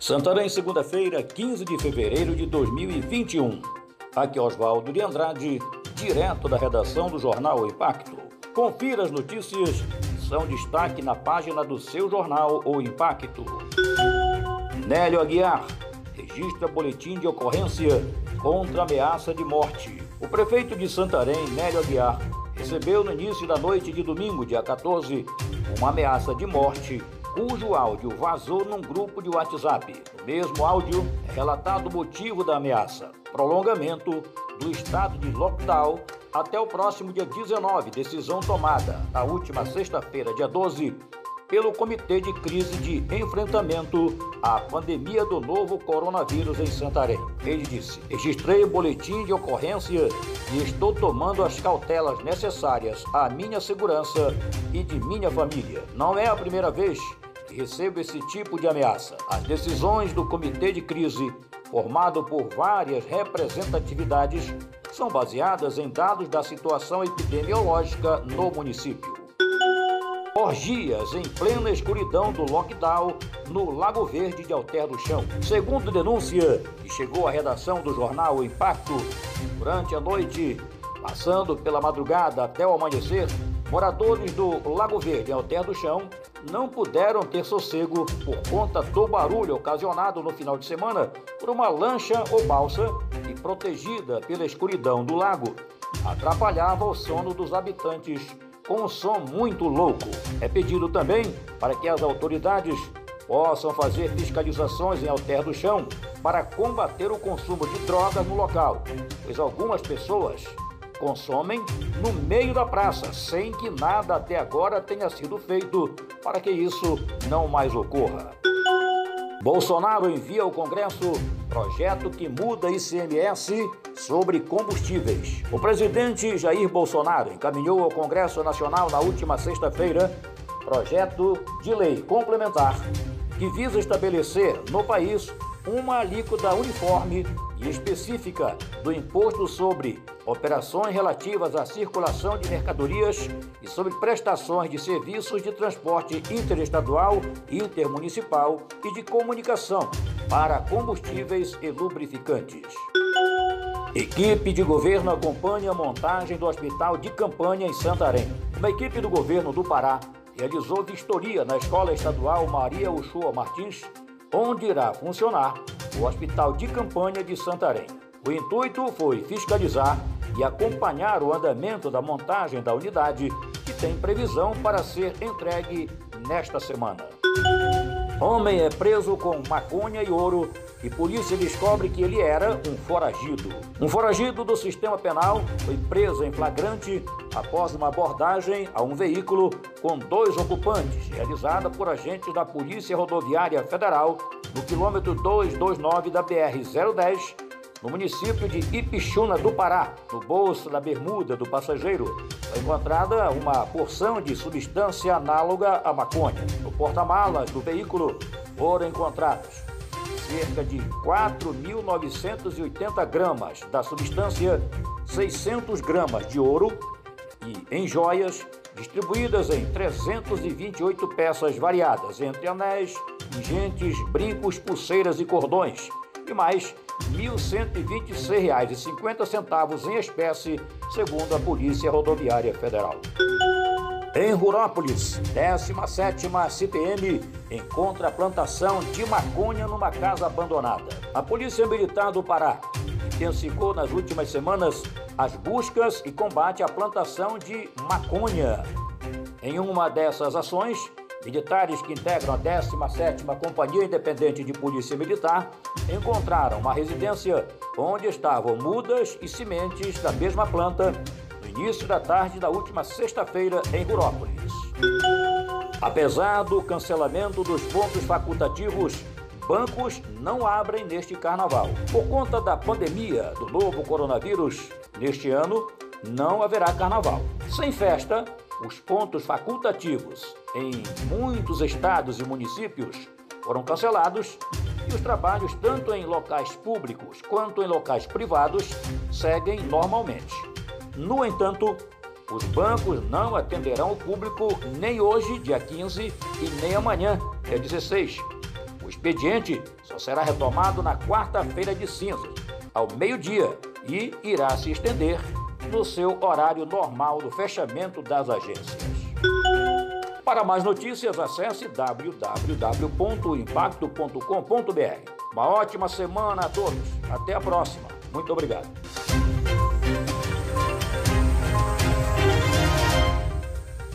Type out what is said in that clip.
Santarém, segunda-feira, 15 de fevereiro de 2021. Aqui é Oswaldo de Andrade, direto da redação do jornal O Impacto. Confira as notícias que são destaque na página do seu jornal O Impacto. Nélio Aguiar registra boletim de ocorrência contra ameaça de morte. O prefeito de Santarém, Nélio Aguiar, recebeu no início da noite de domingo, dia 14, uma ameaça de morte, cujo áudio vazou num grupo de WhatsApp. No mesmo áudio é relatado o motivo da ameaça: prolongamento do estado de lockdown até o próximo dia 19, decisão tomada na última sexta-feira, dia 12, pelo Comitê de Crise de Enfrentamento à Pandemia do Novo Coronavírus em Santarém. Ele disse: registrei o boletim de ocorrência e estou tomando as cautelas necessárias à minha segurança e de minha família. Não é a primeira vez que recebo esse tipo de ameaça. As decisões do Comitê de Crise, formado por várias representatividades, são baseadas em dados da situação epidemiológica no município. Orgias em plena escuridão do lockdown no Lago Verde de Alter do Chão. Segundo denúncia que chegou à redação do jornal O Impacto, durante a noite, passando pela madrugada até o amanhecer, moradores do Lago Verde, Alter do Chão, não puderam ter sossego por conta do barulho ocasionado no final de semana por uma lancha ou balsa que, protegida pela escuridão do lago, atrapalhava o sono dos habitantes com um som muito louco. É pedido também para que as autoridades possam fazer fiscalizações em Alter do Chão para combater o consumo de drogas no local, pois algumas pessoas consomem no meio da praça, sem que nada até agora tenha sido feito para que isso não mais ocorra. Bolsonaro envia ao Congresso projeto que muda ICMS sobre combustíveis. O presidente Jair Bolsonaro encaminhou ao Congresso Nacional na última sexta-feira projeto de lei complementar que visa estabelecer no país uma alíquota uniforme e específica do imposto sobre operações relativas à circulação de mercadorias e sobre prestações de serviços de transporte interestadual, intermunicipal e de comunicação para combustíveis e lubrificantes. Equipe de governo acompanha a montagem do hospital de campanha em Santarém. Uma equipe do governo do Pará realizou vistoria na Escola Estadual Maria Uchoa Martins, onde irá funcionar o Hospital de Campanha de Santarém. O intuito foi fiscalizar e acompanhar o andamento da montagem da unidade, que tem previsão para ser entregue nesta semana. Homem é preso com maconha e ouro e polícia descobre que ele era um foragido. Um foragido do sistema penal foi preso em flagrante após uma abordagem a um veículo com 2 ocupantes, realizada por agentes da Polícia Rodoviária Federal no quilômetro 229 da BR-010, no município de Ipixuna do Pará. No bolso da bermuda do passageiro foi encontrada uma porção de substância análoga à maconha. No porta-malas do veículo foram encontrados cerca de 4.980 gramas da substância, 600 gramas de ouro e em joias distribuídas em 328 peças variadas entre anéis, pingentes, brincos, pulseiras e cordões, e mais R$ 1.126,50 em espécie, segundo a Polícia Rodoviária Federal. Em Rurópolis, 17ª CPM encontra a plantação de maconha numa casa abandonada. A Polícia Militar do Pará intensificou nas últimas semanas as buscas e combate à plantação de maconha. Em uma dessas ações, militares que integram a 17ª Companhia Independente de Polícia Militar encontraram uma residência onde estavam mudas e sementes da mesma planta no início da tarde da última sexta-feira em Rurópolis. Apesar do cancelamento dos pontos facultativos, bancos não abrem neste carnaval. Por conta da pandemia do novo coronavírus, neste ano não haverá carnaval. Sem festa, os pontos facultativos em muitos estados e municípios foram cancelados e os trabalhos, tanto em locais públicos quanto em locais privados, seguem normalmente. No entanto, os bancos não atenderão o público nem hoje, dia 15, e nem amanhã, dia 16. O expediente só será retomado na quarta-feira de cinzas, ao meio-dia, e irá se estender no seu horário normal do fechamento das agências. Para mais notícias, acesse www.impacto.com.br. Uma ótima semana a todos. Até a próxima. Muito obrigado.